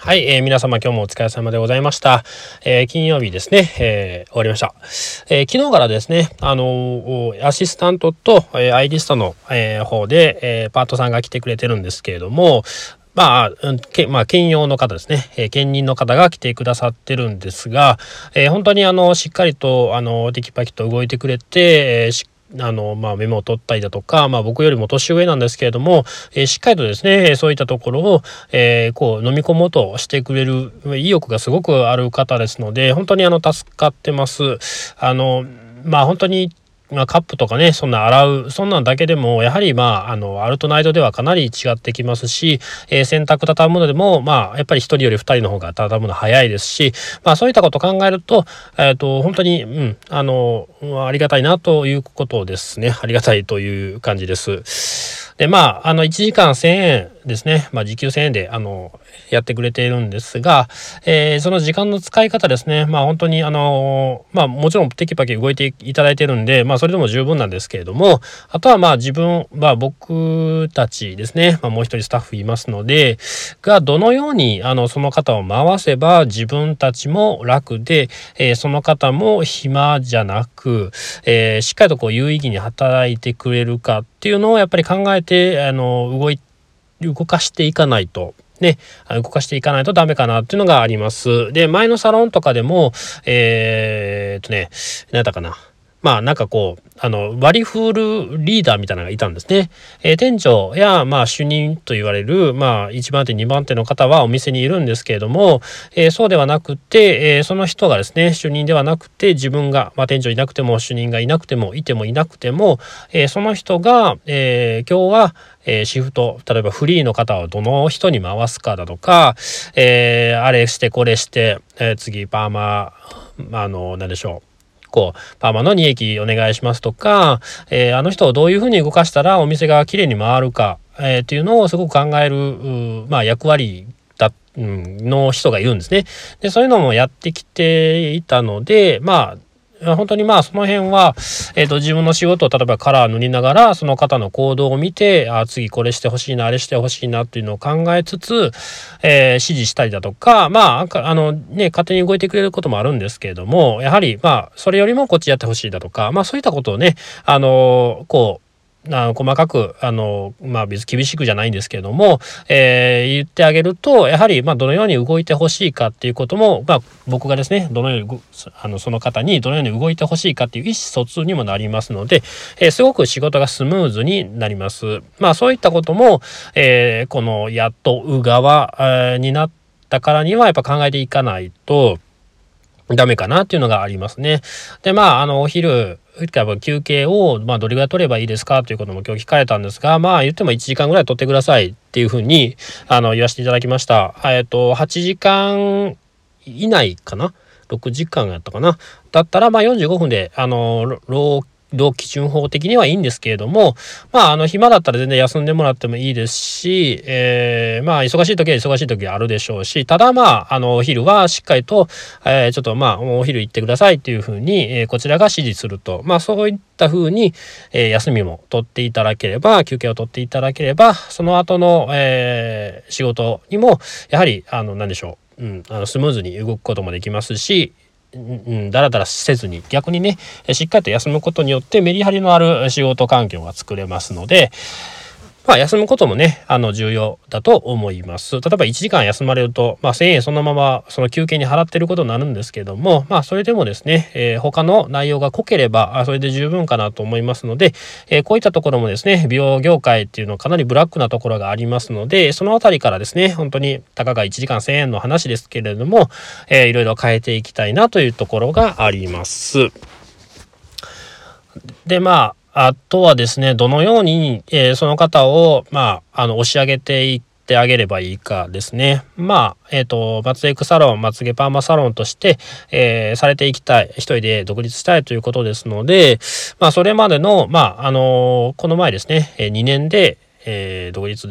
はい、皆様今日もお疲れ様でございました。金曜日ですね、終わりました。昨日からですね、アシスタントと、アイリストの、方で、パートさんが来てくれてるんですけれども、兼用の方ですね、兼任の方が来てくださってるんですが、本当にしっかりとテキパキと動いてくれて、メモを取ったりだとか、僕よりも年上なんですけれども、しっかりとですね、そういったところを、こう飲み込もうとしてくれる意欲がすごくある方ですので、本当に助かってます。本当にカップとかね、そんな洗う、そんなんだけでも、やはりアルトナイトではかなり違ってきますし、洗濯畳むのでも、やっぱり一人より二人の方が畳むの早いですし、そういったことを考えると、本当に、ありがたいなということですね。ありがたいという感じです。で、1時間1000円ですね。時給1000円で、やってくれているんですが、その時間の使い方ですね。本当に、もちろんテキパキ動いていただいてるんで、それでも十分なんですけれども、あとは僕たちですね。もう一人スタッフいますので、が、どのように、その方を回せば自分たちも楽で、その方も暇じゃなく、しっかりとこう有意義に働いてくれるかっていうのをやっぱり考えて、動かしていかないと。動かしていかないとダメかなっていうのがあります。で、前のサロンとかでも、何だかな。割り振るリーダーみたいなのがいたんですね。店長や、主任と言われる、1番手、2番手の方はお店にいるんですけれども、そうではなくて、その人がですね、主任ではなくて、自分が、店長いなくても、主任がいなくても、いてもいなくても、その人が、今日は、シフト、例えばフリーの方をどの人に回すかだとか、あれしてこれして、次パーマ、何でしょう。パーマの利益お願いしますとか、あの人をどういうふうに動かしたらお店がきれいに回るか、っていうのをすごく考える、役割の人がいるんですね。で、そういうのもやってきていたので、本当にその辺は、自分の仕事を例えばカラー塗りながらその方の行動を見て、次これしてほしいな、あれしてほしいなっていうのを考えつつ、指示したりだとか、勝手に動いてくれることもあるんですけれども、やはりそれよりもこっちやってほしいだとか、そういったことをね、細かく別に厳しくじゃないんですけれども、言ってあげると、やはりどのように動いてほしいかっていうことも、僕がですね、どのようにその方にどのように動いてほしいかっていう意思疎通にもなりますので、すごく仕事がスムーズになります。そういったことも、この雇う側、になったからにはやっぱ考えていかないとダメかなっていうのがありますね。で、お昼休憩をどれぐらい取ればいいですかということも今日聞かれたんですが、言っても1時間ぐらい取ってくださいっていうふうに言わせていただきました。8時間以内かな、6時間やったかな、だったら45分で労基準法的にはいいんですけれども、暇だったら全然休んでもらってもいいですし、忙しい時は忙しい時はあるでしょうし、ただお昼はしっかりと、ちょっとお昼行ってくださいっていうふうに、こちらが指示すると、そういったふうに、休みも取っていただければ、休憩を取っていただければ、その後の、仕事にもやはり何でしょう、スムーズに動くこともできますし、だらだらせずに逆にね、しっかりと休むことによってメリハリのある仕事環境が作れますので、休むこともね、重要だと思います。例えば1時間休まれると、1000円そのままその休憩に払ってることになるんですけども、それでもですね、他の内容が濃ければ、それで十分かなと思いますので、こういったところもですね、美容業界っていうのはかなりブラックなところがありますので、そのあたりからですね、本当にたかが1時間1000円の話ですけれども、いろいろ変えていきたいなというところがあります。で、あとはですね、どのように、その方を、押し上げていってあげればいいかですね。松エクサロン、まつげパーマサロンとして、されていきたい、一人で独立したいということですので、それまでの、この前ですね、2年で、独立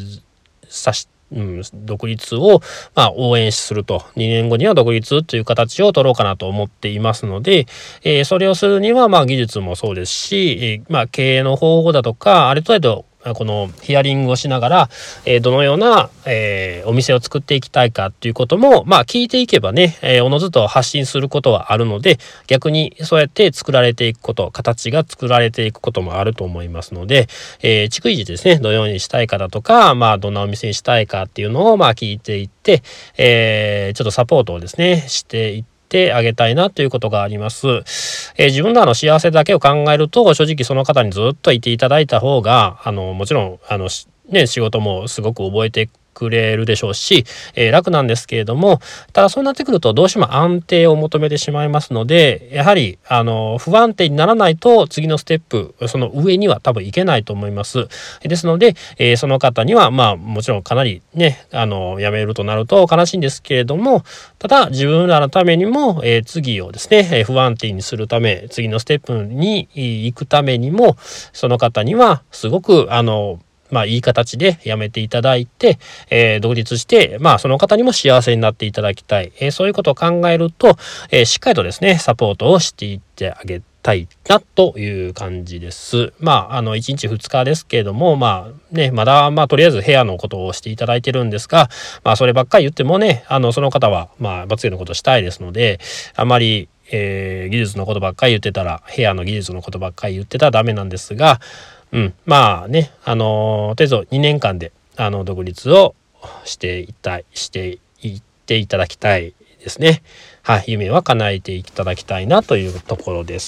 独立を応援すると、2年後には独立という形を取ろうかなと思っていますので、それをするには技術もそうですし、経営の方法だとかある程度このヒアリングをしながら、どのような、お店を作っていきたいかっていうことも聞いていけばね、おのずと発信することはあるので、逆にそうやって作られていくこと、形が作られていくこともあると思いますので、逐一ですね、どのようにしたいかだとか、どんなお店にしたいかっていうのを聞いていって、ちょっとサポートをですねしていってあげたいなということがあります。自分らの幸せだけを考えると、正直その方にずっといていただいた方がもちろん仕事もすごく覚えてくれるでしょうし、楽なんですけれども、ただそうなってくるとどうしても安定を求めてしまいますので、やはり不安定にならないと次のステップ、その上には多分いけないと思います。ですので、その方にはもちろんかなりね辞めるとなると悲しいんですけれども、ただ自分らのためにも、次をですね不安定にするため、次のステップに行くためにも、その方にはすごくいい形で辞めていただいて、独立して、その方にも幸せになっていただきたい、そういうことを考えると、しっかりとですねサポートをしていってあげたいなという感じです。1日2日ですけれども、まだとりあえず部屋のことをしていただいてるんですが、そればっかり言ってもね、その方は罰ゲームのことしたいですので、あまり技術のことばっかり言ってたら、部屋の技術のことばっかり言ってたらダメなんですが、とりあえず2年間で独立をしていっていただきたいですね。はい、夢は叶えていただきたいなというところです。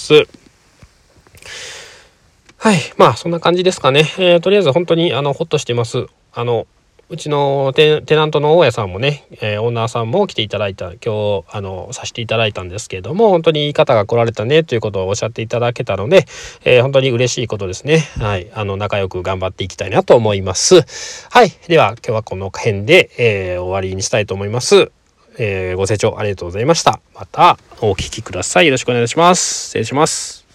はい、そんな感じですかね。とりあえず本当にほっとしてます。うちのテナントの大家さんもね、オーナーさんも来ていただいた、今日させていただいたんですけれども、本当にいい方が来られたねということをおっしゃっていただけたので、本当に嬉しいことですね。はい、仲良く頑張っていきたいなと思います。はい、では今日はこの辺で、終わりにしたいと思います。ご清聴ありがとうございました。またお聞きください。よろしくお願いします。失礼します。